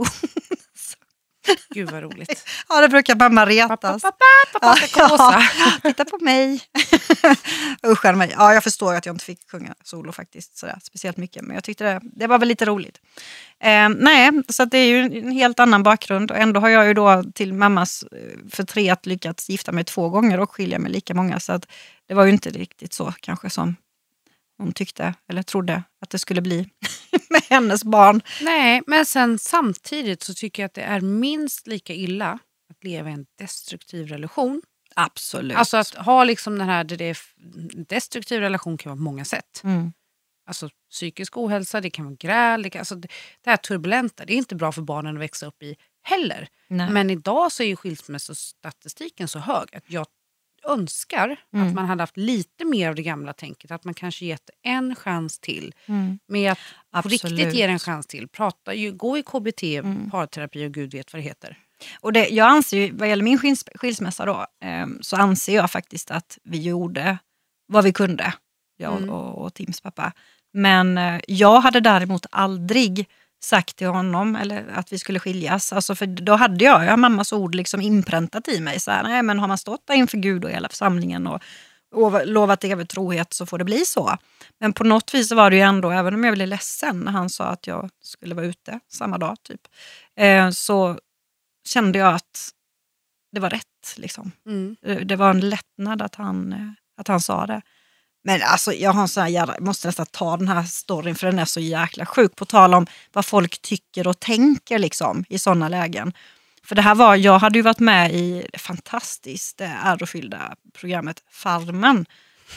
Gud vad roligt. Ja, det brukar mamma retas. Pappa, pappa, pappa, ja, titta på mig. Usch mig. Ja, jag förstår att jag inte fick sjunga solo faktiskt sådär, speciellt mycket. Men jag tyckte det, det var väl lite roligt. Eh, nej, så att det är ju en helt annan bakgrund. Och ändå har jag ju då till mammas förtret lyckats gifta mig två gånger och skilja mig lika många. Så att det var ju inte riktigt så kanske som hon tyckte eller trodde att det skulle bli med hennes barn. Nej, men sen samtidigt så tycker jag att det är minst lika illa att leva i en destruktiv relation. Absolut. Alltså att ha liksom den här, det är destruktiv relation kan vara på många sätt. Mm. Alltså psykisk ohälsa, det kan vara gräl, det, kan, alltså det, det här turbulenta, det är inte bra för barnen att växa upp i heller. Nej. Men idag så är ju skilsmässostatistiken så hög att jag önskar Mm. att man hade haft lite mer av det gamla tänket. Att man kanske gett en chans till. Mm. Med att på Absolut. riktigt ge en chans till. Prata, ju, gå i K B T, Mm. parterapi och gud vet vad det heter. Och det, jag anser ju, vad gäller min skils, skilsmässa då, eh, så anser jag faktiskt att vi gjorde vad vi kunde, jag Mm. och, och Tims pappa. Men eh, jag hade däremot aldrig sagt till honom eller att vi skulle skiljas. Alltså för då hade jag, jag har mammas ord liksom inpräntat i mig. Så här, nej men har man stått där inför Gud och hela församlingen och, och lovat evig trohet så får det bli så. Men på något vis så var det ju ändå, även om jag blev ledsen när han sa att jag skulle vara ute samma dag typ. Eh, så kände jag att det var rätt liksom. Mm. Det, det var en lättnad att han, eh, att han sa det. Men alltså jag har en sån här jävla, jag måste nästan ta den här storyn för den är så jäkla sjuk. På tal om vad folk tycker och tänker liksom i sådana lägen. För det här var, jag hade ju varit med i det fantastiskt det ärofyllda programmet Farmen.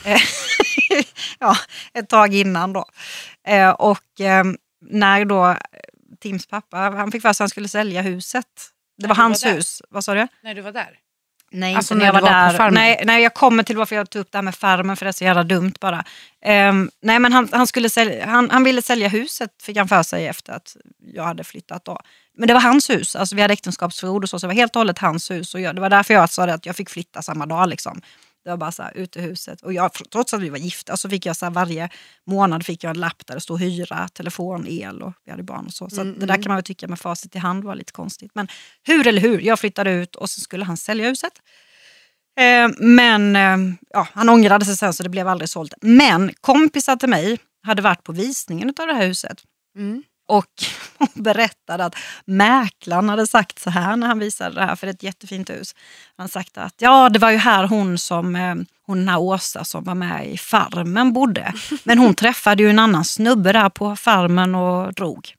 Ja, ett tag innan då. Eh, och eh, när då Tims pappa, han fick för sig att han skulle sälja huset. Det var du var hans där? hus. Vad sa du? När du var där. Nej, Alltså inte när när jag du var, var på där. Farmen? Nej, nej, jag kommer till varför jag tog upp det här med Farmen för det är så jävla dumt bara. Um, nej, men han, han, skulle sälja, han, han ville sälja huset, fick han för sig efter att jag hade flyttat då. Men det var hans hus, alltså vi hade äktenskapsförord och så, så det var helt och hållet hans hus. Och jag, det var därför jag sa det att jag fick flytta samma dag liksom. Det var bara så här utehuset. Och jag, trots att vi var gifta så fick jag så här, varje månad fick jag en lapp där det stod hyra, telefon, el och vi hade barn och så. Så Mm, det där kan man väl tycka med facit i hand var lite konstigt. Men hur eller hur, jag flyttade ut och så skulle han sälja huset. Eh, men eh, ja, han ångrade sig sen så det blev aldrig sålt. Men kompisar till mig hade varit på visningen av det här huset. Mm. Och berättade att mäklaren hade sagt så här när han visade det här, för det är ett jättefint hus. Han sagt att ja, det var ju här hon som, eh, hon den här Åsa som var med i Farmen bodde. Men hon träffade ju en annan snubbe där på Farmen och drog.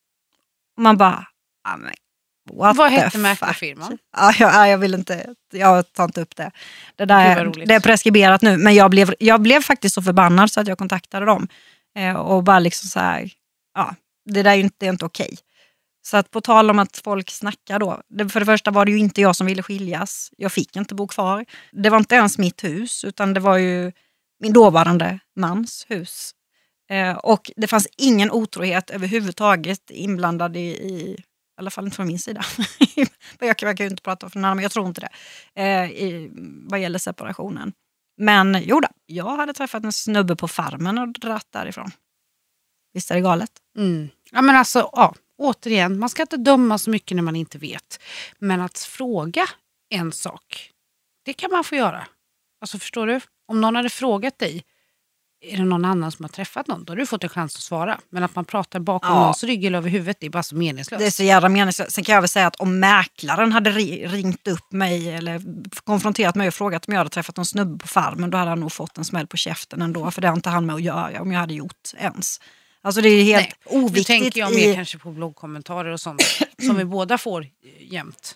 Och man bara, ja men what Vad the hette fuck? mäklarfirman? Ja, jag, jag vill inte, jag tar inte upp det. Det, där, Gud, vad roligt. det är preskriberat nu, men jag blev, jag blev faktiskt så förbannad så att jag kontaktade dem. Eh, och bara liksom så här, ja, det där är ju inte, det är inte okej. Så att på tal om att folk snackar då, det, för det första var det ju inte jag som ville skiljas. Jag fick inte bo kvar. Det var inte ens mitt hus, utan det var ju min dåvarande mans hus. Eh, och det fanns ingen otrohet överhuvudtaget inblandad i, i, i alla fall inte från min sida. jag, kan, jag kan ju inte prata för någon annan, men jag tror inte det. Eh, i, vad gäller separationen. Men jo då, jag hade träffat en snubbe på Farmen och dratt därifrån. Visst är det galet? Mm. Ja, men alltså, ja, återigen, man ska inte döma så mycket när man inte vet. Men att fråga en sak, det kan man få göra. Alltså förstår du? Om någon hade frågat dig, är det någon annan som har träffat någon? Då har du fått en chans att svara. Men att man pratar bakom Ja. någons rygg eller över huvudet, det är bara så meningslöst. Det är så jävla meningslöst. Sen kan jag väl säga att om mäklaren hade ringt upp mig eller konfronterat mig och frågat om jag hade träffat någon snubbe på Farmen, då hade han nog fått en smäll på käften ändå. För det har inte han med att göra om jag hade gjort ens. Alltså det är helt Nej, nu oviktigt. tänker jag i... mer kanske på bloggkommentarer och sånt som vi båda får jämt.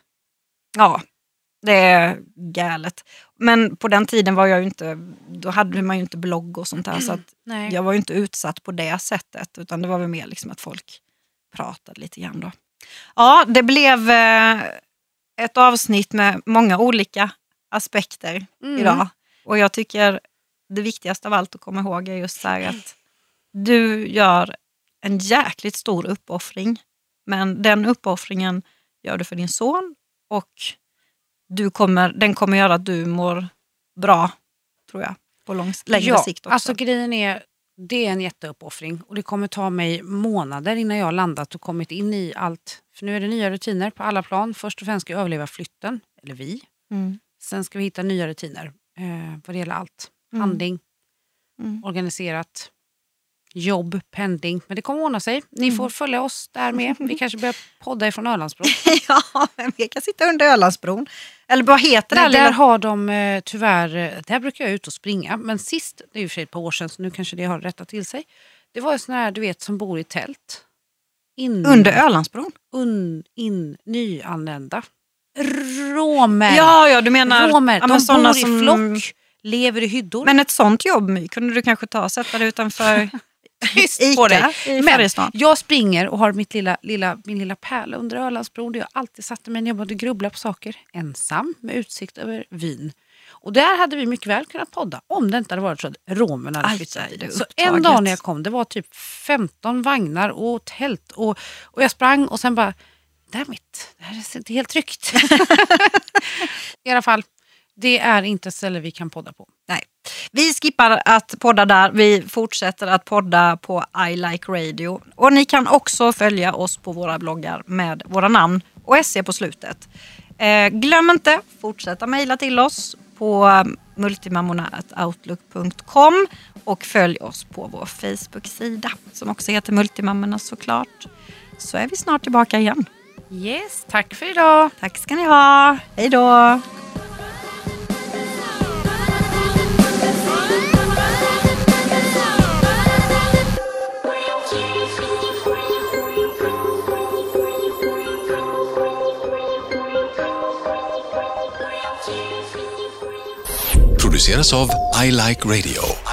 Ja, det är galet. Men på den tiden var jag ju inte, då hade man ju inte blogg och sånt där. Så att Nej. jag var ju inte utsatt på det sättet. Utan det var väl mer liksom att folk pratade lite grann då. Ja, det blev eh, ett avsnitt med många olika aspekter Mm. idag. Och jag tycker det viktigaste av allt att komma ihåg är just så här att du gör en jäkligt stor uppoffring. Men den uppoffringen gör du för din son och du kommer, den kommer göra att du mår bra, tror jag, på lång, längre ja, sikt också. Alltså grejen är, det är en jätteuppoffring och det kommer ta mig månader innan jag har landat och kommit in i allt. För nu är det nya rutiner på alla plan. Först och främst ska jag överleva flytten, eller vi. Mm. Sen ska vi hitta nya rutiner eh, vad det gäller allt. Mm. Handling, Mm. organiserat, jobb, pendling. Men det kommer ordna sig. Ni Mm. får följa oss där med. Vi kanske börjar podda ifrån Ölandsbron. Ja, men vi kan sitta under Ölandsbron. Eller vad heter det? Nej, Där där har de eh, tyvärr, eh, där brukar jag ut och springa. Men sist, det är ju för ett par år sedan så nu kanske det har rättat till sig. Det var ju sån här, du vet, som bor i tält. In, Under Ölandsbron? Un, in, nyanlända. Romer. Ja, ja, du menar... Romer, ja, de men såna bor i som- flock, lever i hyddor. Men ett sånt jobb My, kunde du kanske ta och sätta dig utanför Tyst Ica på dig. i Men Färjestad. jag springer och har mitt lilla, lilla, min lilla pärla under Ölandsbron. Jag alltid satte mig när jag började grubbla på saker. Ensam med utsikt över Wien. Och där hade vi mycket väl kunnat podda om det inte hade varit så att romerna hade Aj, flyttat aj, det är dit. Så upptaget. en dag när jag kom, det var typ femton vagnar och tält. Och, och jag sprang och sen bara, dammit, det här är inte helt tryggt. I alla fall, det är inte ett ställe vi kan podda på. Nej. Vi skippar att podda där. Vi fortsätter att podda på I Like Radio. Och ni kan också följa oss på våra bloggar med våra namn och S C på slutet. Eh, glöm inte, fortsätta mejla till oss på multimammorna at outlook punkt com och följ oss på vår Facebook-sida som också heter Multimammorna såklart. Så är vi snart tillbaka igen. Yes, tack för idag. Tack ska ni ha. Hej då! Produceras av I Like Radio.